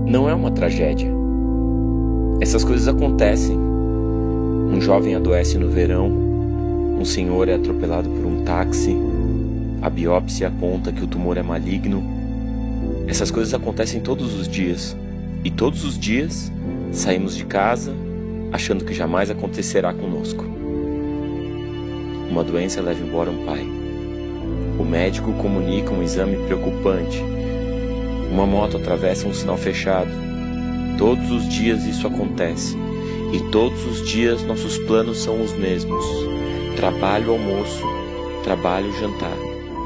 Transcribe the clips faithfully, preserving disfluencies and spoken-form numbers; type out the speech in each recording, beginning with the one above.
não é uma tragédia. Essas coisas acontecem. Um jovem adoece no verão, um senhor é atropelado por um táxi, a biópsia aponta que o tumor é maligno. Essas coisas acontecem todos os dias, e todos os dias saímos de casa achando que jamais acontecerá conosco. Uma doença leva embora um pai. O médico comunica um exame preocupante. Uma moto atravessa um sinal fechado. Todos os dias isso acontece. E todos os dias nossos planos são os mesmos. Trabalho, almoço, trabalho, jantar.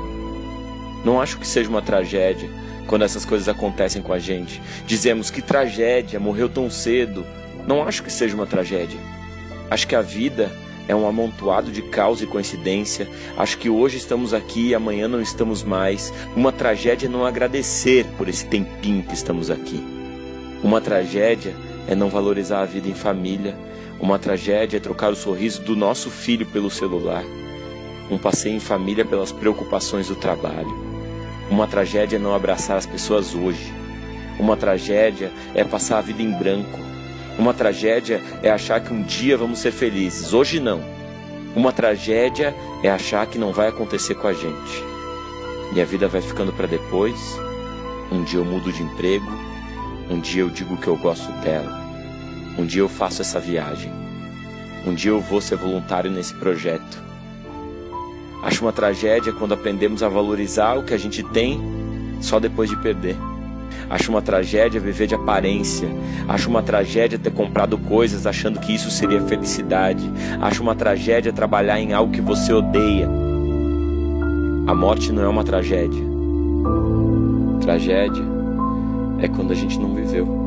Não acho que seja uma tragédia quando essas coisas acontecem com a gente. Dizemos que tragédia, morreu tão cedo. Não acho que seja uma tragédia. Acho que a vida é um amontoado de causa e coincidência. Acho que hoje estamos aqui e amanhã não estamos mais. Uma tragédia é não agradecer por esse tempinho que estamos aqui. Uma tragédia é não valorizar a vida em família. Uma tragédia é trocar o sorriso do nosso filho pelo celular. Um passeio em família pelas preocupações do trabalho. Uma tragédia é não abraçar as pessoas hoje. Uma tragédia é passar a vida em branco. Uma tragédia é achar que um dia vamos ser felizes, hoje não. Uma tragédia é achar que não vai acontecer com a gente. E a vida vai ficando para depois. Um dia eu mudo de emprego. Um dia eu digo que eu gosto dela. Um dia eu faço essa viagem. Um dia eu vou ser voluntário nesse projeto. Acho uma tragédia quando aprendemos a valorizar o que a gente tem só depois de perder. Acho uma tragédia viver de aparência. Acho uma tragédia ter comprado coisas achando que isso seria felicidade. Acho uma tragédia trabalhar em algo que você odeia. A morte não é uma tragédia. Tragédia é quando a gente não viveu.